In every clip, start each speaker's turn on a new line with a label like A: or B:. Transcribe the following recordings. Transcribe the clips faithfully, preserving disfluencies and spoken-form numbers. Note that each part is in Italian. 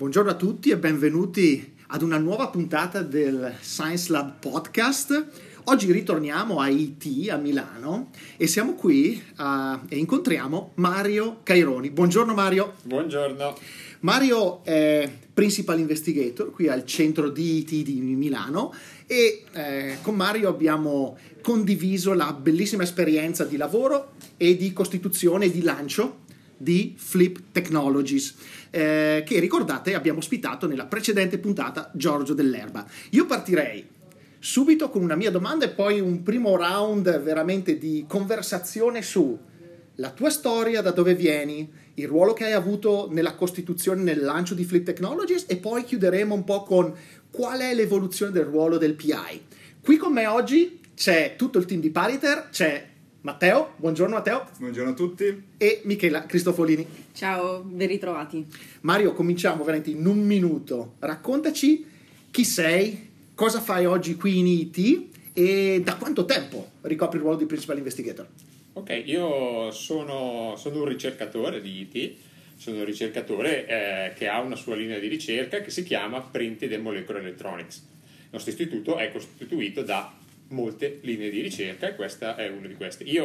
A: Buongiorno a tutti e benvenuti ad una nuova puntata del Science Lab Podcast. Oggi ritorniamo a I T a Milano e siamo qui uh, e incontriamo Mario Caironi. Buongiorno Mario.
B: Buongiorno.
A: Mario è Principal Investigator qui al centro di I T di Milano e eh, con Mario abbiamo condiviso la bellissima esperienza di lavoro e di costituzione e di lancio di Flip Technologies, eh, che ricordate abbiamo ospitato nella precedente puntata Giorgio Dell'Erba. Io partirei subito con una mia domanda e poi un primo round veramente di conversazione su la tua storia, da dove vieni, il ruolo che hai avuto nella costituzione, nel lancio di Flip Technologies e poi chiuderemo un po' con qual è l'evoluzione del ruolo del P I. Qui con me oggi c'è tutto il team di Pariter, c'è Matteo, buongiorno Matteo.
C: Buongiorno a tutti.
A: E Michela Cristofolini.
D: Ciao, ben ritrovati.
A: Mario, cominciamo veramente in un minuto. Raccontaci chi sei, cosa fai oggi qui in I T e da quanto tempo ricopri il ruolo di Principal Investigator?
B: Ok, io sono, sono un ricercatore di I T, sono un ricercatore eh, che ha una sua linea di ricerca che si chiama Printed and Molecular Electronics. Il nostro istituto è costituito da molte linee di ricerca e questa è una di queste. Io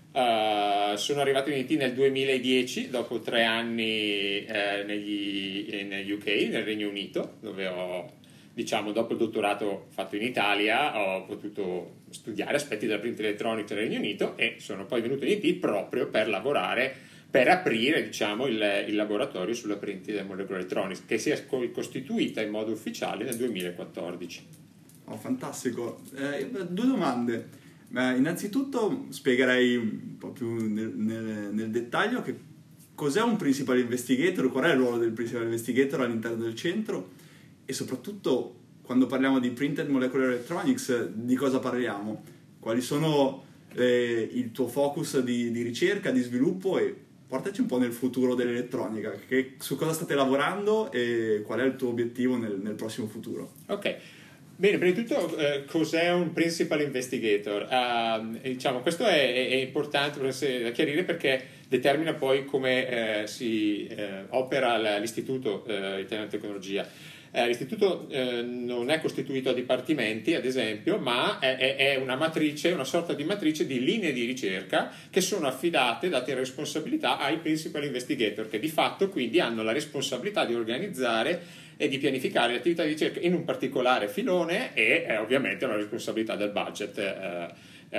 B: uh, sono arrivato in I T nel duemiladieci, dopo tre anni eh, negli, negli U K, nel Regno Unito, dove ho, diciamo, dopo il dottorato fatto in Italia, ho potuto studiare aspetti della printing electronics nel Regno Unito e sono poi venuto in I T proprio per lavorare, per aprire, diciamo, il, il laboratorio sulla printing and molecular electronics, che si è costituita in modo ufficiale nel duemilaquattordici.
C: Oh, fantastico. Eh, due domande. Eh, innanzitutto spiegherei un po' più nel, nel, nel dettaglio che cos'è un Principal Investigator, qual è il ruolo del Principal Investigator all'interno del centro e soprattutto quando parliamo di Printed Molecular Electronics di cosa parliamo, quali sono eh, il tuo focus di, di ricerca, di sviluppo e portaci un po' nel futuro dell'elettronica, che, su cosa state lavorando e qual è il tuo obiettivo nel, nel prossimo futuro.
B: Ok. Bene, prima di tutto eh, cos'è un Principal Investigator? Uh, diciamo, questo è, è importante da chiarire perché determina poi come eh, si eh, opera l'Istituto eh, Italiano di Tecnologia. Eh, l'istituto eh, non è costituito a dipartimenti, ad esempio, ma è, è una matrice, una sorta di matrice di linee di ricerca che sono affidate, date in responsabilità ai Principal Investigator, che di fatto quindi hanno la responsabilità di organizzare e di pianificare le attività di ricerca in un particolare filone e eh, ovviamente una responsabilità del budget eh,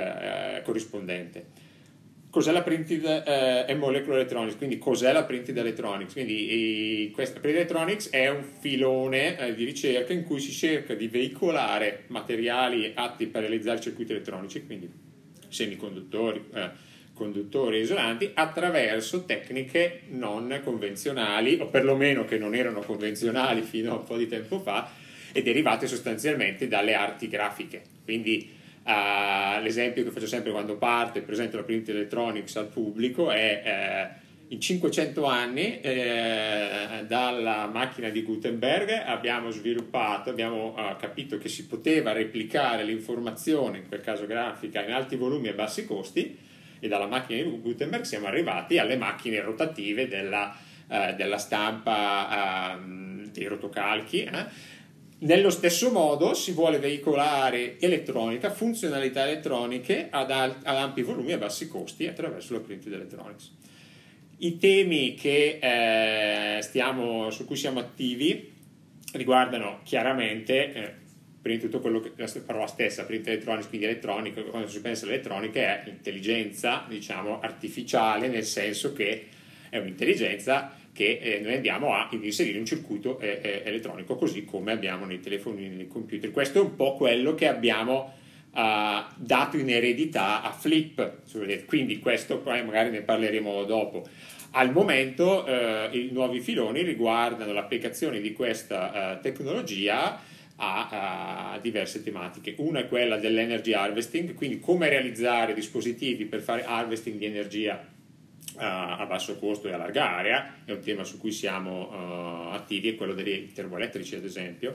B: eh, corrispondente. Cos'è la Printed eh, and Molecular Electronics? Quindi cos'è la Printed Electronics? Quindi i, questa Printed Electronics è un filone eh, di ricerca in cui si cerca di veicolare materiali atti per realizzare circuiti elettronici, quindi semiconduttori, eh, conduttori e isolanti, attraverso tecniche non convenzionali, o perlomeno che non erano convenzionali fino a un po' di tempo fa, e derivate sostanzialmente dalle arti grafiche. Quindi Uh, l'esempio che faccio sempre quando parte e presento la Printed Electronics al pubblico è eh, in cinquecento anni eh, dalla macchina di Gutenberg abbiamo sviluppato, abbiamo uh, capito che si poteva replicare l'informazione, in quel caso grafica, in alti volumi e bassi costi, e dalla macchina di Gutenberg siamo arrivati alle macchine rotative della, uh, della stampa uh, dei rotocalchi. Eh? Nello stesso modo si vuole veicolare elettronica, funzionalità elettroniche ad, al- ad ampi volumi e bassi costi attraverso la Printed Electronics. I temi che, eh, stiamo, su cui siamo attivi riguardano chiaramente, eh, prima di tutto quello che la parola stessa, Printed Electronics, quindi elettronica, quando si pensa all'elettronica è intelligenza, diciamo, artificiale, nel senso che è un'intelligenza che eh, noi andiamo a inserire un circuito eh, eh, elettronico, così come abbiamo nei telefoni, nei computer. Questo è un po' quello che abbiamo uh, dato in eredità a Flip, quindi questo poi magari ne parleremo dopo. Al momento eh, i nuovi filoni riguardano l'applicazione di questa uh, tecnologia a, a diverse tematiche. Una è quella dell'energy harvesting, quindi come realizzare dispositivi per fare harvesting di energia a basso costo e a larga area, è un tema su cui siamo uh, attivi, è quello dei termoelettrici ad esempio.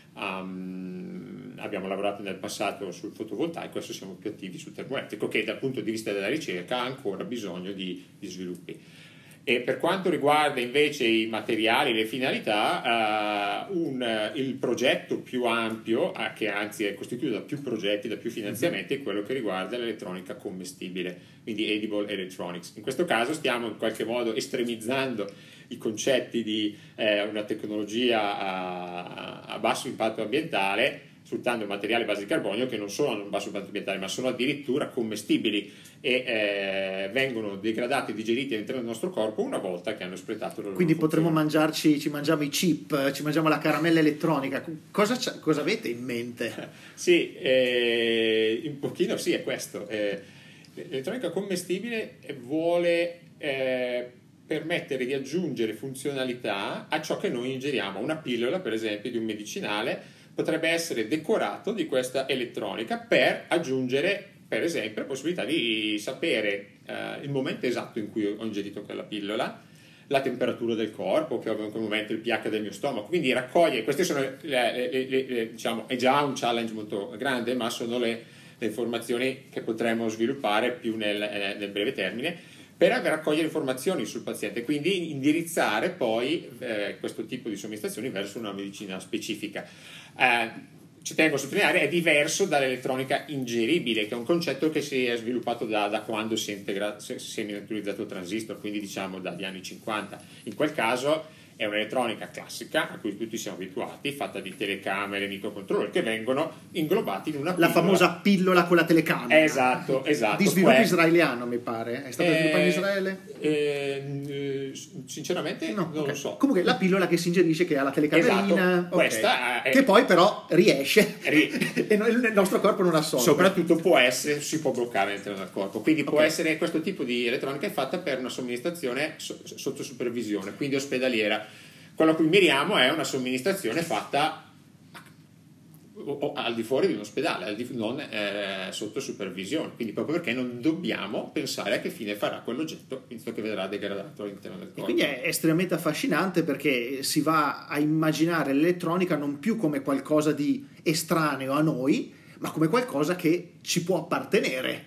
B: Um, abbiamo lavorato nel passato sul fotovoltaico, adesso siamo più attivi sul termoelettrico, che dal punto di vista della ricerca ha ancora bisogno di, di sviluppi. E per quanto riguarda invece i materiali, le finalità, uh, un, il progetto più ampio, uh, che anzi è costituito da più progetti, da più finanziamenti, è quello che riguarda l'elettronica commestibile, quindi edible electronics. In questo caso stiamo in qualche modo estremizzando i concetti di eh, una tecnologia a, a basso impatto ambientale, sfruttando materiali a base di carbonio che non solo hanno un basso impatto ambientale, ma sono addirittura commestibili e eh, vengono degradati e digeriti all'interno del nostro corpo una volta che hanno espletato la loro
A: Quindi
B: funzione.
A: potremmo mangiarci, ci mangiamo i chip, ci mangiamo la caramella elettronica. Cosa, cosa avete in mente?
B: Sì, eh, un pochino sì, è questo. Eh, l'elettronica commestibile vuole eh, permettere di aggiungere funzionalità a ciò che noi ingeriamo. Una pillola, per esempio, di un medicinale potrebbe essere decorato di questa elettronica per aggiungere, per esempio, la possibilità di sapere eh, il momento esatto in cui ho ingerito quella pillola, la temperatura del corpo, che ho in quel momento il pH del mio stomaco, quindi raccoglie, queste sono le, le, le, le, diciamo, è già un challenge molto grande, ma sono le, le informazioni che potremo sviluppare più nel, eh, nel breve termine, per raccogliere informazioni sul paziente, quindi indirizzare poi eh, questo tipo di somministrazioni verso una medicina specifica. Eh, ci tengo a sottolineare, è diverso dall'elettronica ingeribile, che è un concetto che si è sviluppato da, da quando si è, integra- si è miniaturizzato il transistor, quindi diciamo dagli anni cinquanta. In quel caso è un'elettronica classica a cui tutti siamo abituati, fatta di telecamere, microcontroller che vengono inglobati in una pillola.
A: La famosa pillola con la telecamera.
B: Esatto, esatto.
A: Di sviluppo
B: que-
A: israeliano, mi pare. È stato
B: eh,
A: sviluppato in Israele?
B: Eh, sinceramente
A: No,
B: non
A: okay.
B: lo so.
A: Comunque la pillola che si ingerisce, che ha la telecamerina,
B: Esatto,
A: okay.
B: questa è-
A: che poi però riesce
B: Ri-
A: e no- il nostro corpo non assorbe.
B: Soprattutto può essere, si può bloccare all'interno del corpo, quindi può
A: Ok.
B: essere, questo tipo di elettronica è fatta per una somministrazione so- sotto supervisione, quindi ospedaliera. Quello a cui miriamo è una somministrazione fatta o, o al di fuori di un ospedale, al di, non eh, sotto supervisione, quindi proprio perché non dobbiamo pensare a che fine farà quell'oggetto visto che verrà degradato all'interno del corpo.
A: E quindi è estremamente affascinante, perché si va a immaginare l'elettronica non più come qualcosa di estraneo a noi, ma come qualcosa che ci può appartenere.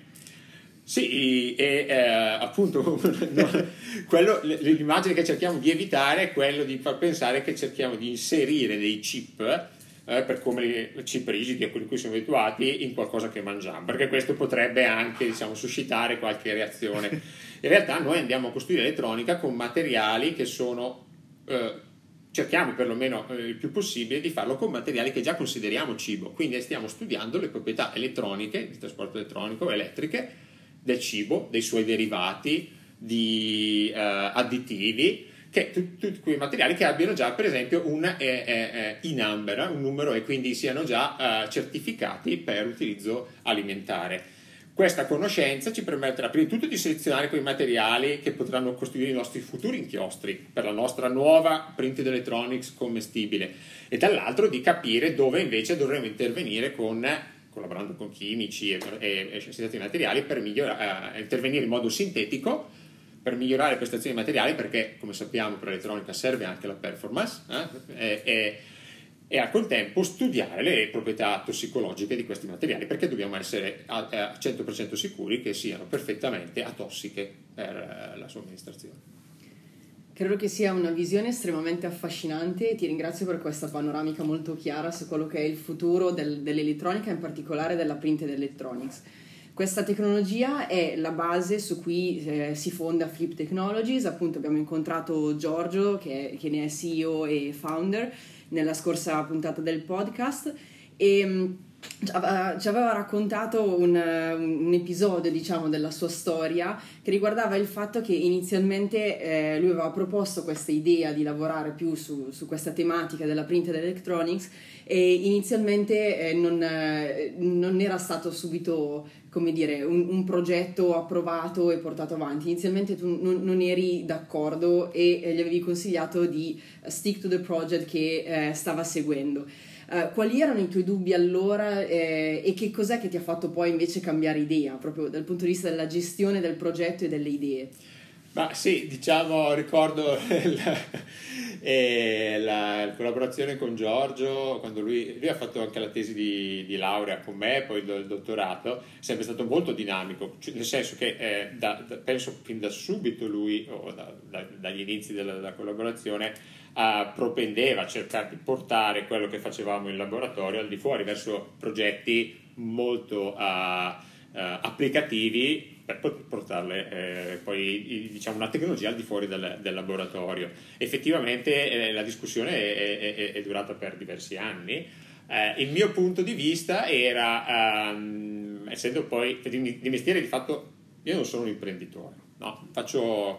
B: Sì, e eh, appunto no, quello, l'immagine che cerchiamo di evitare è quello di far pensare che cerchiamo di inserire dei chip, eh, per come i chip rigidi a quelli cui siamo abituati, in qualcosa che mangiamo, perché questo potrebbe anche, diciamo, suscitare qualche reazione. In realtà noi andiamo a costruire elettronica con materiali che sono, eh, cerchiamo perlomeno eh, il più possibile di farlo con materiali che già consideriamo cibo, quindi stiamo studiando le proprietà elettroniche, di trasporto elettronico, elettriche, del cibo, dei suoi derivati, di eh, additivi, che tutti quei materiali che abbiano già, per esempio, un eh, eh, I-number, un numero, e quindi siano già eh, certificati per utilizzo alimentare. Questa conoscenza ci permetterà prima di tutto di selezionare quei materiali che potranno costituire i nostri futuri inchiostri per la nostra nuova printed electronics commestibile, e dall'altro di capire dove invece dovremo intervenire con collaborando con chimici e, e, e scienziati materiali per migliorare, eh, intervenire in modo sintetico per migliorare le prestazioni materiali, perché come sappiamo per l'elettronica serve anche la performance, eh, e, e, e al contempo studiare le proprietà tossicologiche di questi materiali, perché dobbiamo essere a, a cento per cento sicuri che siano perfettamente atossiche per eh, la somministrazione.
D: Credo che sia una visione estremamente affascinante e ti ringrazio per questa panoramica molto chiara su quello che è il futuro del, dell'elettronica, in particolare della printed electronics. Questa tecnologia è la base su cui eh, si fonda Flip Technologies. Appunto abbiamo incontrato Giorgio che, che ne è C E O e founder nella scorsa puntata del podcast, e ci aveva raccontato un, un episodio, diciamo, della sua storia che riguardava il fatto che inizialmente eh, lui aveva proposto questa idea di lavorare più su, su questa tematica della printed electronics, e inizialmente eh, non, eh, non era stato subito, come dire, un, un progetto approvato e portato avanti. Inizialmente tu non, non eri d'accordo e eh, gli avevi consigliato di stick to the project che eh, stava seguendo. Uh, quali erano i tuoi dubbi allora eh, e che cos'è che ti ha fatto poi invece cambiare idea, proprio dal punto di vista della gestione del progetto e delle idee?
B: Ma sì, diciamo, ricordo la, eh, la, la collaborazione con Giorgio, quando lui, lui ha fatto anche la tesi di, di laurea con me, poi il, il dottorato, è sempre stato molto dinamico, cioè, nel senso che eh, da, da, penso fin da subito lui, o da, da, dagli inizi della, della collaborazione, uh, propendeva a cercare di portare quello che facevamo in laboratorio al di fuori, verso progetti molto uh, uh, applicativi, per poter portarle eh, poi diciamo una tecnologia al di fuori del, del laboratorio. Effettivamente eh, la discussione è, è, è durata per diversi anni. Eh, il mio punto di vista era, um, essendo poi di, di mestiere di fatto, io non sono un imprenditore, no? Faccio,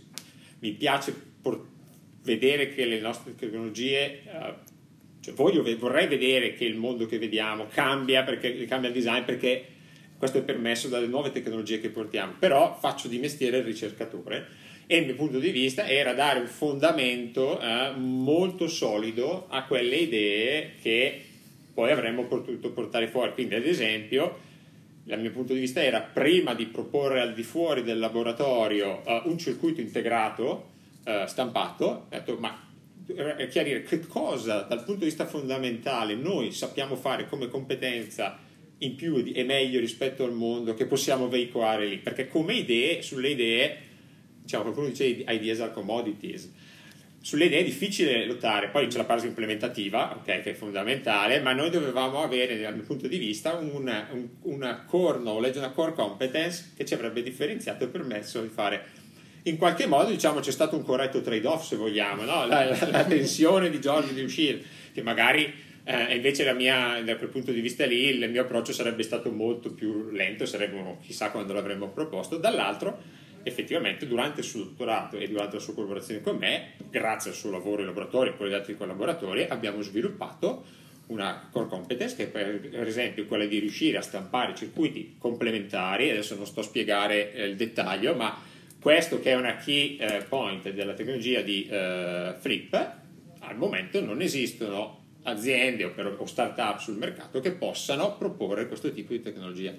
B: mi piace por- vedere che le nostre tecnologie, uh, cioè voglio, vorrei vedere che il mondo che vediamo cambia, perché cambia il design, perché questo è permesso dalle nuove tecnologie che portiamo, però faccio di mestiere il ricercatore e il mio punto di vista era dare un fondamento eh, molto solido a quelle idee che poi avremmo potuto portare fuori. Quindi, ad esempio, il mio punto di vista era, prima di proporre al di fuori del laboratorio eh, un circuito integrato eh, stampato, ho detto, ma eh, chiarire che cosa dal punto di vista fondamentale noi sappiamo fare come competenza in più e meglio rispetto al mondo, che possiamo veicolare lì, perché come idee, sulle idee, diciamo, qualcuno dice ideas are commodities, sulle idee è difficile lottare, poi c'è la parte implementativa, okay, che è fondamentale, ma noi dovevamo avere, dal mio punto di vista, una, un, una core knowledge, una core competence che ci avrebbe differenziato e permesso di fare, in qualche modo, diciamo, c'è stato un corretto trade-off, se vogliamo, no? la, la, la tensione di Giorgio di uscire, che magari Eh, invece la mia, da quel punto di vista lì, il mio approccio sarebbe stato molto più lento, sarebbe, chissà quando l'avremmo proposto. Dall'altro, effettivamente, durante il suo dottorato e durante la sua collaborazione con me, grazie al suo lavoro in laboratorio e con gli altri collaboratori, abbiamo sviluppato una core competence che è per esempio quella di riuscire a stampare circuiti complementari. Adesso non sto a spiegare eh, il dettaglio, ma questo, che è una key eh, point della tecnologia di eh, Flip, al momento non esistono aziende o, per, o start-up sul mercato che possano proporre questo tipo di tecnologia.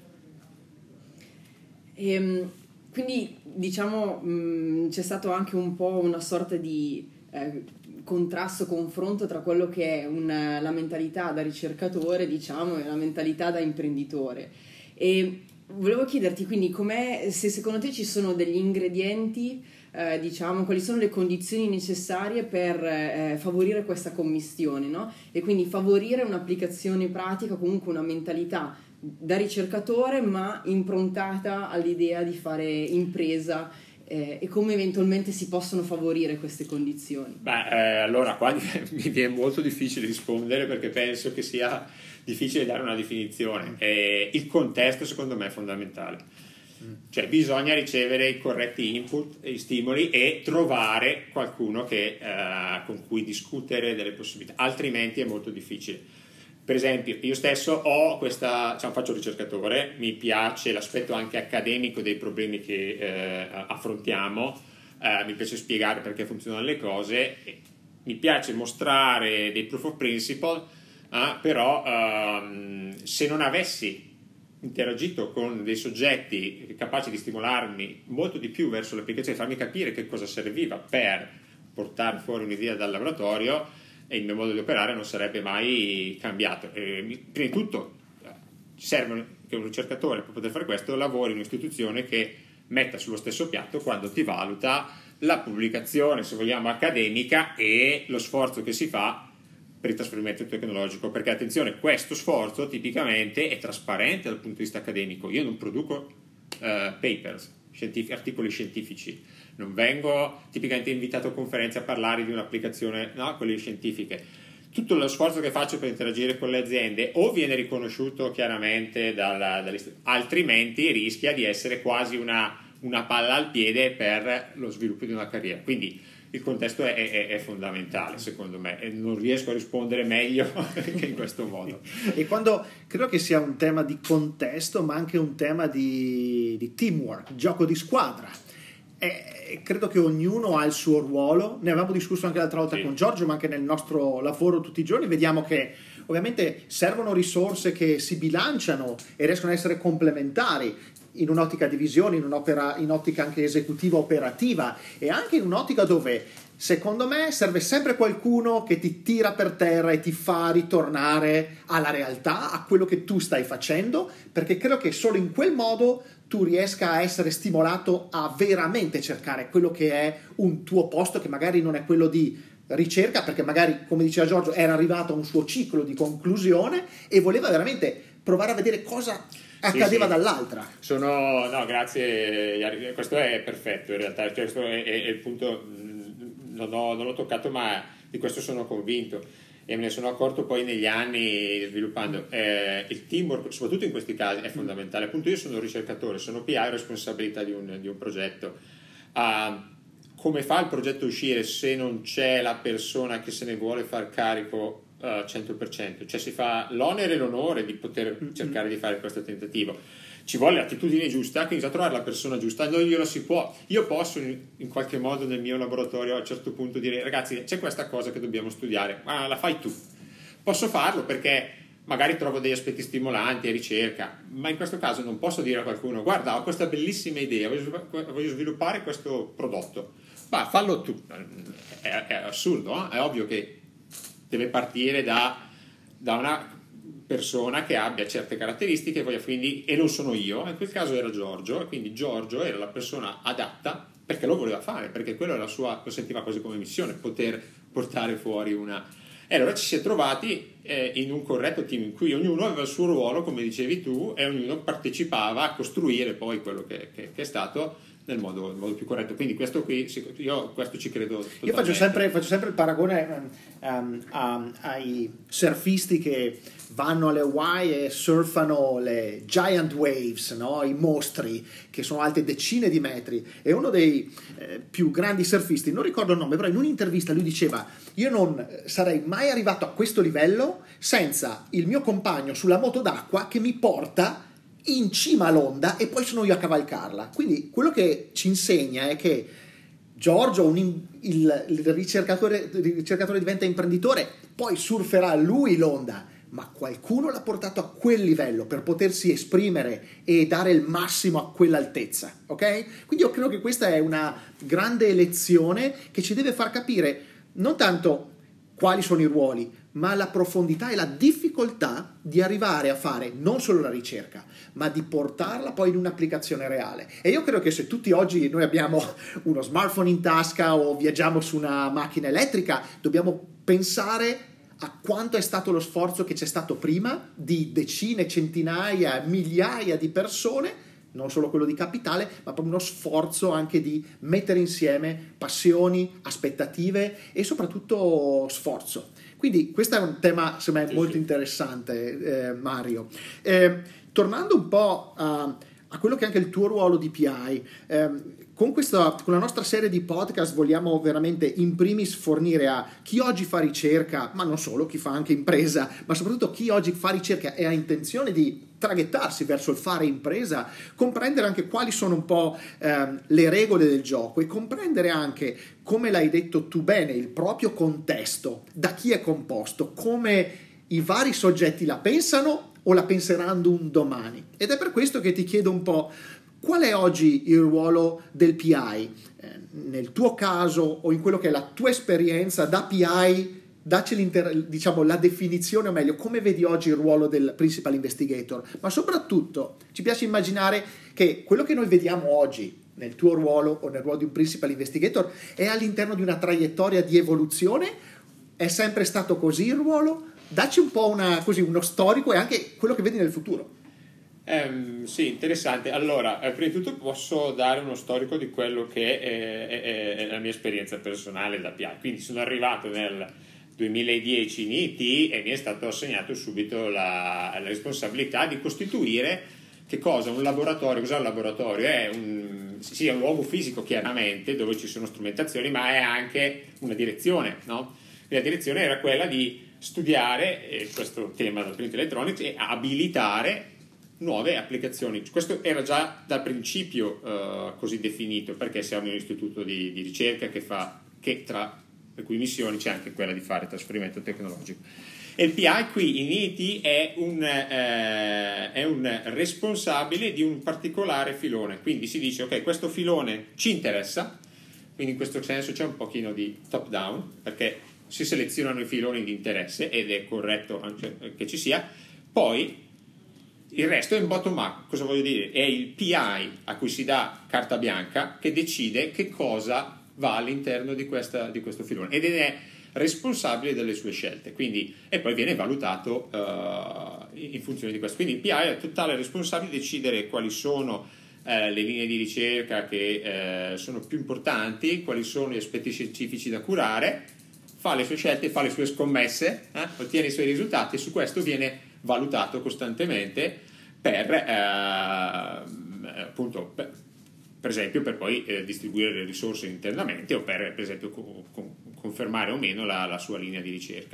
D: E, quindi diciamo mh, c'è stato anche un po' una sorta di eh, contrasto, confronto tra quello che è una, la mentalità da ricercatore, diciamo, e la mentalità da imprenditore. E volevo chiederti quindi com'è, se secondo te ci sono degli ingredienti, eh, diciamo, quali sono le condizioni necessarie per eh, favorire questa commistione, no? E quindi favorire un'applicazione pratica, comunque una mentalità da ricercatore ma improntata all'idea di fare impresa, eh, e come eventualmente si possono favorire queste condizioni?
B: Beh, eh, allora qua mi viene molto difficile rispondere, perché penso che sia difficile dare una definizione. Eh, il contesto secondo me è fondamentale, cioè bisogna ricevere i corretti input e stimoli e trovare qualcuno che, eh, con cui discutere delle possibilità, altrimenti è molto difficile. Per esempio, io stesso ho questa, diciamo, faccio ricercatore, mi piace l'aspetto anche accademico dei problemi che eh, affrontiamo, eh, mi piace spiegare perché funzionano le cose, mi piace mostrare dei proof of principle, eh, però ehm, se non avessi interagito con dei soggetti capaci di stimolarmi molto di più verso l'applicazione, farmi capire che cosa serviva per portare fuori un'idea dal laboratorio, e il mio modo di operare non sarebbe mai cambiato. Eh, prima di tutto serve che un ricercatore, per poter fare questo, lavori in un'istituzione che metta sullo stesso piatto, quando ti valuta, la pubblicazione, se vogliamo, accademica e lo sforzo che si fa per il trasferimento tecnologico, perché attenzione, questo sforzo tipicamente è trasparente dal punto di vista accademico. Io non produco uh, papers, scientifici, articoli scientifici, non vengo tipicamente invitato a conferenze a parlare di un'applicazione, no, quelle scientifiche. Tutto lo sforzo che faccio per interagire con le aziende o viene riconosciuto chiaramente dalla, dalle, altrimenti rischia di essere quasi una, una palla al piede per lo sviluppo di una carriera. Quindi il contesto è, è, è fondamentale, secondo me, e non riesco a rispondere meglio che in questo modo.
A: E quando credo che sia un tema di contesto, ma anche un tema di, di teamwork, gioco di squadra. E credo che ognuno ha il suo ruolo. Ne avevamo discusso anche l'altra volta, sì, con Giorgio, ma anche nel nostro lavoro tutti i giorni vediamo che ovviamente servono risorse che si bilanciano e riescono a essere complementari. in un'ottica di visione, in un'opera, in ottica anche esecutiva operativa, e anche in un'ottica dove secondo me serve sempre qualcuno che ti tira per terra e ti fa ritornare alla realtà, a quello che tu stai facendo, perché credo che solo in quel modo tu riesca a essere stimolato a veramente cercare quello che è un tuo posto, che magari non è quello di ricerca, perché magari, come diceva Giorgio, era arrivato a un suo ciclo di conclusione e voleva veramente provare a vedere cosa accadeva
B: sì, sì.
A: dall'altra.
B: Sono, no, grazie, questo è perfetto in realtà, cioè, questo è, è, è il punto, non, ho, non l'ho toccato, ma di questo sono convinto e me ne sono accorto poi negli anni sviluppando. Eh, il teamwork, soprattutto in questi casi, è fondamentale. Appunto, io sono un ricercatore, sono P I, responsabilità di un, di un progetto. Uh, come fa il progetto a uscire se non c'è la persona che se ne vuole far carico uh, cento per cento? Cioè si fa l'onere e l'onore di poter mm-hmm. cercare di fare questo tentativo. Ci vuole l'attitudine giusta, quindi bisogna trovare la persona giusta. Non glielo si può. Io posso in, in qualche modo nel mio laboratorio a un certo punto dire: ragazzi, c'è questa cosa che dobbiamo studiare, ma la fai tu. Posso farlo perché magari trovo degli aspetti stimolanti e ricerca, ma in questo caso non posso dire a qualcuno: guarda, ho questa bellissima idea, voglio sviluppare questo prodotto. Ma fallo tu. È, è assurdo, eh? È ovvio che deve partire da, da una persona che abbia certe caratteristiche, quindi, e non sono io. In quel caso era Giorgio, e quindi Giorgio era la persona adatta perché lo voleva fare, perché quello era la sua, lo sentiva quasi come missione, poter portare fuori una. E allora ci si è trovati eh, in un corretto team in cui ognuno aveva il suo ruolo, come dicevi tu, e ognuno partecipava a costruire poi quello che, che, che è stato nel modo, nel modo più corretto. Quindi questo qui, io questo ci credo totalmente.
A: Io faccio sempre, faccio sempre il paragone um, um, ai surfisti che vanno alle Hawaii e surfano le giant waves, no? I mostri che sono alte decine di metri, e uno dei eh, più grandi surfisti, non ricordo il nome, però in un'intervista lui diceva: io non sarei mai arrivato a questo livello senza il mio compagno sulla moto d'acqua che mi porta in cima all'onda e poi sono io a cavalcarla. Quindi quello che ci insegna è che Giorgio, un, il, il, ricercatore, il ricercatore diventa imprenditore, poi surferà lui l'onda, ma qualcuno l'ha portato a quel livello per potersi esprimere e dare il massimo a quell'altezza, ok? Quindi io credo che questa è una grande lezione che ci deve far capire non tanto quali sono i ruoli, ma la profondità e la difficoltà di arrivare a fare non solo la ricerca, ma di portarla poi in un'applicazione reale. E io credo che se tutti oggi noi abbiamo uno smartphone in tasca o viaggiamo su una macchina elettrica, dobbiamo pensare a quanto è stato lo sforzo che c'è stato prima di decine, centinaia, migliaia di persone, non solo quello di capitale, ma proprio uno sforzo anche di mettere insieme passioni, aspettative e soprattutto sforzo. Quindi questo è un tema, secondo me, molto interessante, eh, Mario. Eh, tornando un po' a, a quello che è anche il tuo ruolo di P I, eh, con, questa, con la nostra serie di podcast vogliamo veramente in primis fornire a chi oggi fa ricerca, ma non solo, chi fa anche impresa, ma soprattutto chi oggi fa ricerca e ha intenzione di traghettarsi verso il fare impresa, comprendere anche quali sono un po' ehm, le regole del gioco e comprendere anche, come l'hai detto tu bene, il proprio contesto, da chi è composto, come i vari soggetti la pensano o la penseranno un domani. Ed è per questo che ti chiedo un po' qual è oggi il ruolo del P I, eh, nel tuo caso o in quello che è la tua esperienza da P I. Dacci diciamo, la definizione, o meglio, come vedi oggi il ruolo del principal investigator, ma soprattutto ci piace immaginare che quello che noi vediamo oggi nel tuo ruolo o nel ruolo di un principal investigator è all'interno di una traiettoria di evoluzione. È sempre stato così il ruolo? Dacci un po' una, così, uno storico e anche quello che vedi nel futuro.
B: Um, sì, interessante. Allora, eh, prima di tutto posso dare uno storico di quello che è, è, è la mia esperienza personale da P I. Quindi sono arrivato nel duemiladieci in I T e mi è stato assegnato subito la, la responsabilità di costituire che cosa? Un laboratorio. Cos'è un laboratorio? È un, sì, è un luogo fisico chiaramente dove ci sono strumentazioni, ma è anche una direzione, no? E la direzione era quella di studiare eh, questo tema del print electronics e abilitare nuove applicazioni. Questo era già dal principio uh, così definito, perché siamo in un istituto di, di ricerca che fa che tra le cui missioni c'è anche quella di fare trasferimento tecnologico. E il P I qui in I T è un, eh, è un responsabile di un particolare filone, quindi si dice ok, questo filone ci interessa, quindi in questo senso c'è un pochino di top down, perché si selezionano i filoni di interesse ed è corretto anche che ci sia, poi il resto è in bottom up. Cosa voglio dire? È il P I a cui si dà carta bianca che decide che cosa va all'interno di, questa, di questo filone ed è responsabile delle sue scelte, quindi, e poi viene valutato uh, in funzione di questo. Quindi il P I è totale responsabile di decidere quali sono uh, le linee di ricerca che uh, sono più importanti, quali sono gli aspetti scientifici da curare, fa le sue scelte, fa le sue scommesse, eh, ottiene i suoi risultati e su questo viene valutato costantemente per uh, appunto per, per esempio per poi eh, distribuire le risorse internamente o per, per esempio co- co- confermare o meno la, la sua linea di ricerca.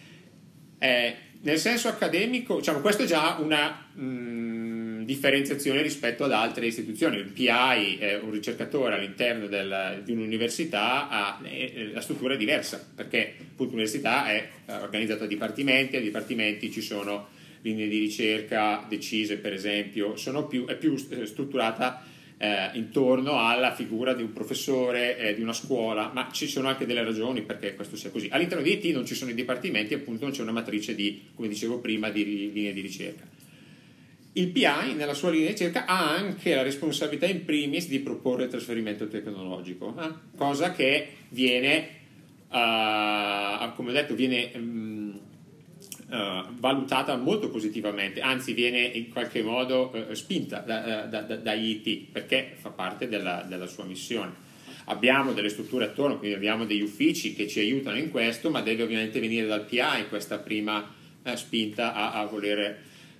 B: Eh, nel senso accademico, diciamo, questo è già una mh, differenziazione rispetto ad altre istituzioni. Il P I, eh, un ricercatore all'interno del, di un'università, ha, eh, la struttura è diversa, perché appunto l'università è eh, organizzata a dipartimenti, a dipartimenti ci sono linee di ricerca decise, per esempio, sono più, è più strutturata Eh, intorno alla figura di un professore, eh, di una scuola, ma ci sono anche delle ragioni perché questo sia così. All'interno di I T non ci sono i dipartimenti, appunto non c'è una matrice di, come dicevo prima, di linee di ricerca. Il P I nella sua linea di ricerca ha anche la responsabilità in primis di proporre il trasferimento tecnologico, eh? cosa che viene, uh, come ho detto, viene um, Uh, valutata molto positivamente, anzi viene in qualche modo uh, spinta da, da, da, da I T perché fa parte della, della sua missione. Abbiamo delle strutture attorno, quindi abbiamo degli uffici che ci aiutano in questo, ma deve ovviamente venire dal P I questa prima uh, spinta a, a volere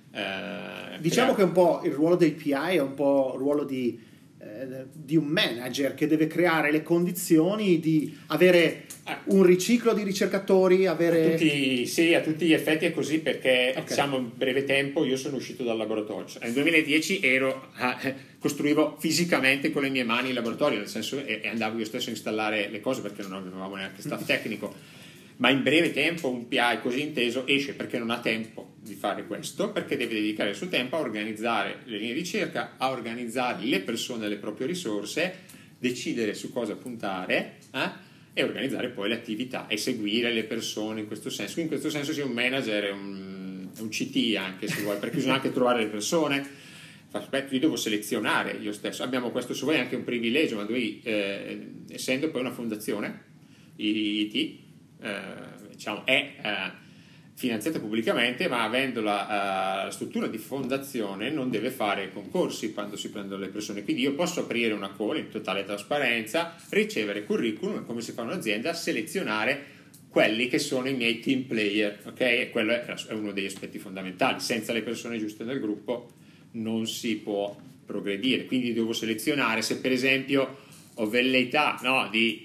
B: uh,
A: diciamo
B: creare.
A: che un po' il ruolo del P I è un po' il ruolo di, eh, di un manager che deve creare le condizioni di avere un riciclo di ricercatori, avere...
B: A tutti, sì, a tutti gli effetti è così perché
A: okay.
B: diciamo in breve tempo io sono uscito dal laboratorio. Nel duemiladieci ero, eh, costruivo fisicamente con le mie mani il laboratorio, nel senso e, e andavo io stesso a installare le cose perché non avevamo neanche staff tecnico, ma in breve tempo un P I così inteso esce perché non ha tempo di fare questo, perché deve dedicare il suo tempo a organizzare le linee di ricerca, a organizzare le persone, le proprie risorse, decidere su cosa puntare, eh? e organizzare poi le attività e seguire le persone in questo senso. In questo senso sia un manager, è un, è un C T anche se vuoi, perché bisogna anche trovare le persone. Aspetta, io devo selezionare io stesso. Abbiamo questo su voi anche un privilegio, ma noi eh, essendo poi una fondazione, I T eh, diciamo, è eh, finanziata pubblicamente, ma avendo la, uh, la struttura di fondazione non deve fare concorsi quando si prendono le persone, quindi io posso aprire una call in totale trasparenza, ricevere curriculum, come si fa un'azienda, selezionare quelli che sono i miei team player, ok? E quello è, è uno degli aspetti fondamentali. Senza le persone giuste nel gruppo non si può progredire, quindi devo selezionare. Se per esempio ho velleità, no, di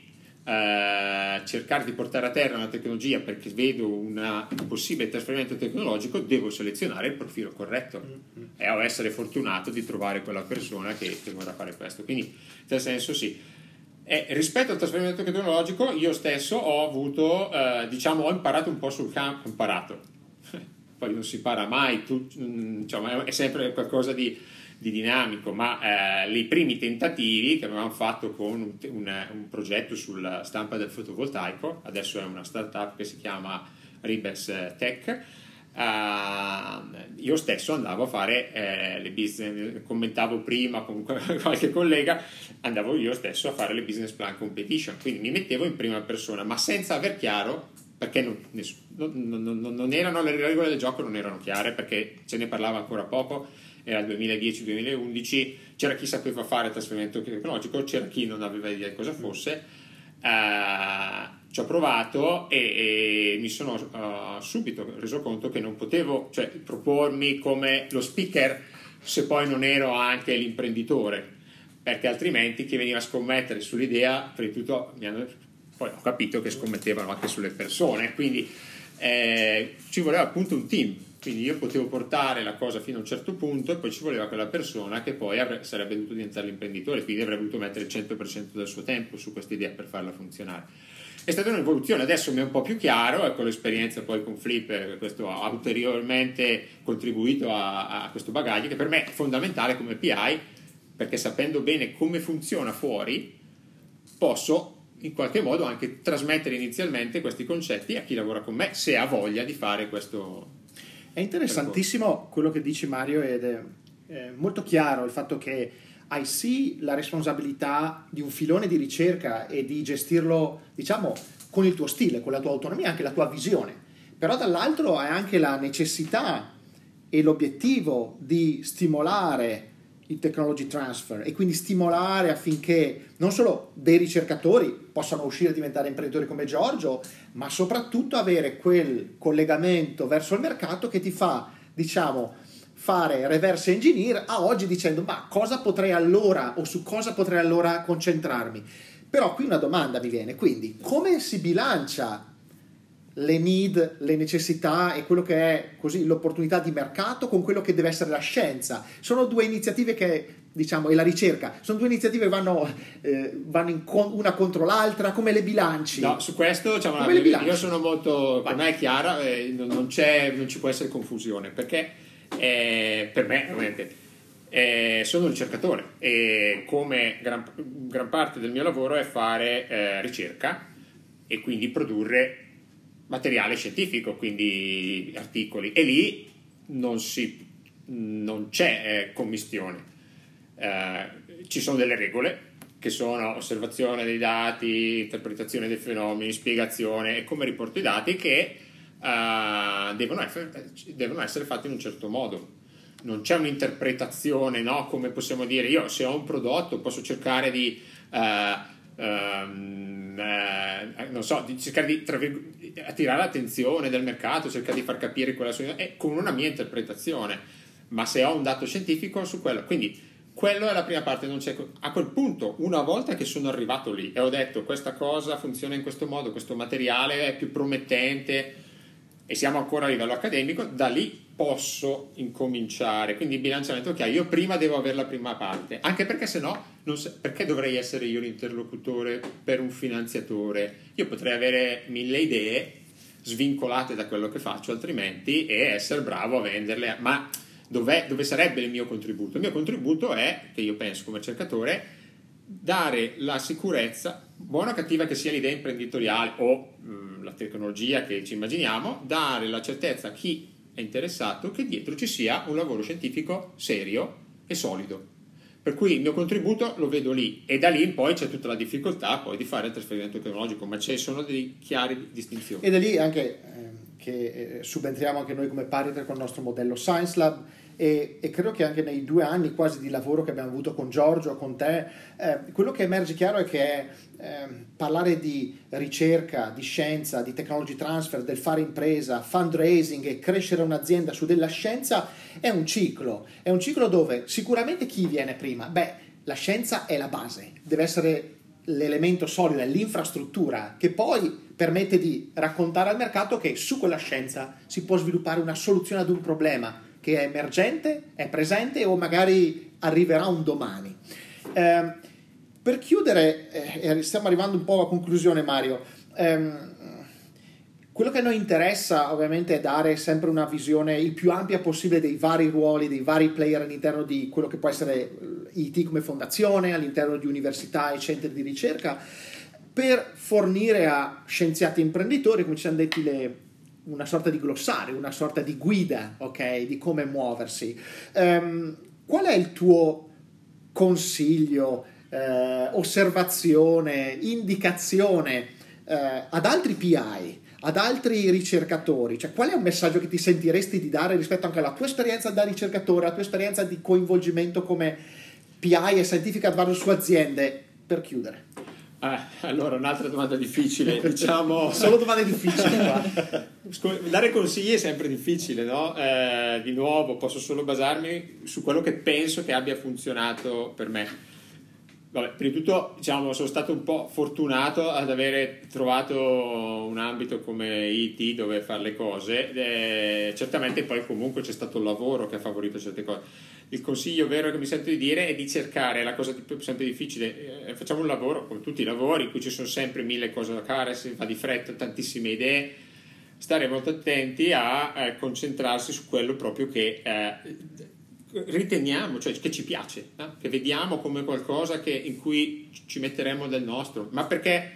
B: Uh, cercare di portare a terra una tecnologia perché vedo un possibile trasferimento tecnologico, devo selezionare il profilo corretto mm-hmm. e o essere fortunato di trovare quella persona che, che vorrà fare questo. Quindi in tal senso sì. E rispetto al trasferimento tecnologico io stesso ho avuto uh, diciamo ho imparato un po' sul campo, imparato poi non si impara mai, tu, diciamo, è sempre qualcosa di di dinamico, ma eh, i primi tentativi che avevamo fatto con un, un, un progetto sulla stampa del fotovoltaico, adesso è una startup che si chiama Ribes Tech, eh, io stesso andavo a fare eh, le business, commentavo prima con qualche collega, andavo io stesso a fare le business plan competition, quindi mi mettevo in prima persona, ma senza aver chiaro, perché non, non, non, non erano le regole del gioco, non erano chiare, perché ce ne parlava ancora poco. Era il duemiladieci duemilaundici, c'era chi sapeva fare trasferimento tecnologico, c'era chi non aveva idea di cosa fosse. Uh, ci ho provato e, e mi sono uh, subito reso conto che non potevo, cioè, propormi come lo speaker se poi non ero anche l'imprenditore, perché altrimenti chi veniva a scommettere sull'idea, prima di tutto mi hanno, poi ho capito che scommettevano anche sulle persone, quindi eh, ci voleva appunto un team. Quindi io potevo portare la cosa fino a un certo punto e poi ci voleva quella persona che poi avrebbe, sarebbe dovuto diventare l'imprenditore, quindi avrebbe dovuto mettere il cento per cento del suo tempo su questa idea per farla funzionare. è stata un'evoluzione, adesso mi è un po' più chiaro, e con l'esperienza poi con Flipper questo ha ulteriormente contribuito a, a questo bagaglio che per me è fondamentale come P I, perché sapendo bene come funziona fuori posso in qualche modo anche trasmettere inizialmente questi concetti a chi lavora con me, se ha voglia di fare questo.
A: È interessantissimo quello che dici, Mario, ed è, è molto chiaro il fatto che hai sì la responsabilità di un filone di ricerca e di gestirlo, diciamo, con il tuo stile, con la tua autonomia, anche la tua visione, però dall'altro hai anche la necessità e l'obiettivo di stimolare il technology transfer e quindi stimolare affinché non solo dei ricercatori possano uscire e diventare imprenditori come Giorgio, ma soprattutto avere quel collegamento verso il mercato che ti fa, diciamo, fare reverse engineer a oggi dicendo ma cosa potrei allora o su cosa potrei allora concentrarmi. Però qui una domanda mi viene, quindi come si bilancia le need, le necessità e quello che è così l'opportunità di mercato con quello che deve essere la scienza? Sono due iniziative che, diciamo, e la ricerca, sono due iniziative che vanno, eh, vanno in con, una contro l'altra, come le bilanci?
B: No, su questo diciamo,
A: Come le bilanci?
B: Io sono molto, per me è chiara, eh, non, non, c'è, non ci può essere confusione, perché eh, per me ovviamente eh, sono un ricercatore e come gran, gran parte del mio lavoro è fare eh, ricerca e quindi produrre materiale scientifico, quindi articoli, e lì non, si, non c'è eh, commistione, eh, ci sono delle regole che sono osservazione dei dati, interpretazione dei fenomeni, spiegazione e come riporto i dati che eh, devono, essere, devono essere fatti in un certo modo. Non c'è un'interpretazione, no? Come possiamo dire, io se ho un prodotto posso cercare di eh, Um, eh, non so, di cercare di tra virg- attirare l'attenzione del mercato, cercare di far capire quella sua, è con una mia interpretazione, ma se ho un dato scientifico su quello, quindi quello è la prima parte. Non c'è, a quel punto, una volta che sono arrivato lì e ho detto questa cosa funziona in questo modo, questo materiale è più promettente e siamo ancora a livello accademico, da lì posso incominciare, quindi il bilanciamento che okay, io prima devo avere la prima parte, anche perché se no non so, perché dovrei essere io l'interlocutore per un finanziatore? Io potrei avere mille idee svincolate da quello che faccio altrimenti e essere bravo a venderle, ma dov'è, dove sarebbe il mio contributo? Il mio contributo è, che io penso come ricercatore, dare la sicurezza, buona o cattiva che sia l'idea imprenditoriale o mh, la tecnologia che ci immaginiamo, dare la certezza a chi è interessato che dietro ci sia un lavoro scientifico serio e solido. Per cui il mio contributo lo vedo lì e da lì in poi c'è tutta la difficoltà poi di fare il trasferimento tecnologico, ma ci sono delle chiare distinzioni.
A: E da lì anche eh, che eh, subentriamo anche noi come partner con il nostro modello Science Lab e, e credo che anche nei due anni quasi di lavoro che abbiamo avuto con Giorgio, con te, eh, quello che emerge chiaro è che eh, parlare di ricerca, di scienza, di technology transfer, del fare impresa, fundraising e crescere un'azienda su della scienza è un ciclo, è un ciclo dove sicuramente chi viene prima? Beh, la scienza è la base, deve essere l'elemento solido, è l'infrastruttura che poi permette di raccontare al mercato che su quella scienza si può sviluppare una soluzione ad un problema che è emergente, è presente o magari arriverà un domani. Eh, per chiudere, eh, stiamo arrivando un po' a conclusione, Mario, ehm, quello che a noi interessa ovviamente è dare sempre una visione il più ampia possibile dei vari ruoli, dei vari player all'interno di quello che può essere I T come fondazione, all'interno di università e centri di ricerca, per fornire a scienziati e imprenditori, come ci hanno detti, le, una sorta di glossario, una sorta di guida, ok, di come muoversi. Um, qual è il tuo consiglio, eh, osservazione, indicazione eh, ad altri P I, ad altri ricercatori? Cioè, qual è un messaggio che ti sentiresti di dare rispetto anche alla tua esperienza da ricercatore, alla tua esperienza di coinvolgimento come P I e Scientific Advisor su aziende, per chiudere?
B: Ah, allora, un'altra domanda difficile, diciamo...
A: Solo domande difficili qua.
B: Dare consigli è sempre difficile, no? Eh, di nuovo, posso solo basarmi su quello che penso che abbia funzionato per me. Vabbè, prima di tutto, diciamo, sono stato un po' fortunato ad avere trovato un ambito come I T dove fare le cose. Eh, certamente poi comunque c'è stato il lavoro che ha favorito certe cose. il consiglio vero che mi sento di dire è di cercare, la cosa sempre difficile, eh, facciamo un lavoro come tutti i lavori in cui ci sono sempre mille cose da fare, si fa di fretta, tantissime idee, stare molto attenti a eh, concentrarsi su quello proprio che eh, riteniamo, cioè che ci piace, no? Che vediamo come qualcosa che, in cui ci metteremo del nostro, ma perché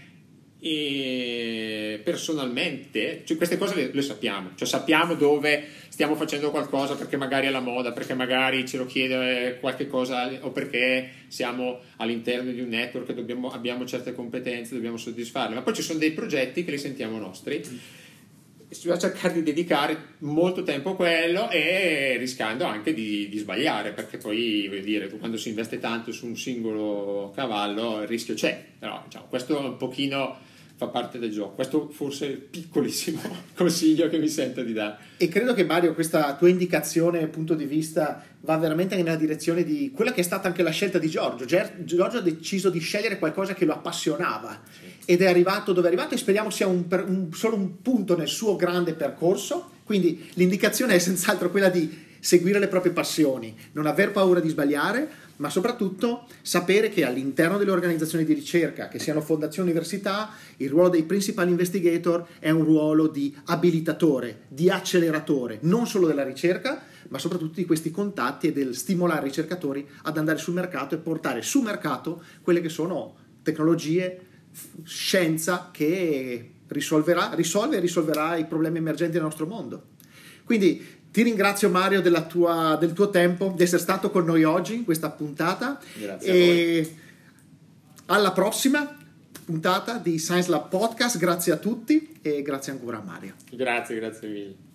B: e personalmente, cioè queste cose le, le sappiamo, cioè sappiamo dove stiamo facendo qualcosa perché magari è la moda, perché magari ce lo chiede qualche cosa o perché siamo all'interno di un network e dobbiamo, abbiamo certe competenze, dobbiamo soddisfarle, ma poi ci sono dei progetti che li sentiamo nostri, si va a cercare di dedicare molto tempo a quello e rischiando anche di, di sbagliare, perché poi vuol dire, quando si investe tanto su un singolo cavallo il rischio c'è, però diciamo, questo è un pochino fa parte del gioco. Questo forse è il piccolissimo consiglio che mi sento di dare.
A: E credo che Mario, questa tua indicazione, punto di vista, va veramente nella direzione di quella che è stata anche la scelta di Giorgio. Giorgio ha deciso di scegliere qualcosa che lo appassionava, sì, ed è arrivato dove è arrivato, e speriamo sia un, un, solo un punto nel suo grande percorso. Quindi l'indicazione è senz'altro quella di seguire le proprie passioni, non aver paura di sbagliare, ma soprattutto sapere che all'interno delle organizzazioni di ricerca, che siano fondazioni o università, il ruolo dei principal investigator è un ruolo di abilitatore, di acceleratore, non solo della ricerca, ma soprattutto di questi contatti e del stimolare i ricercatori ad andare sul mercato e portare sul mercato quelle che sono tecnologie, scienza che risolverà, risolve e risolverà i problemi emergenti del nostro mondo. Quindi ti ringrazio, Mario, della tua, del tuo tempo, di essere stato con noi oggi in questa puntata.
B: Grazie
A: e
B: a voi.
A: Alla prossima puntata di Science Lab Podcast. Grazie a tutti e grazie ancora a Mario.
B: Grazie, grazie mille.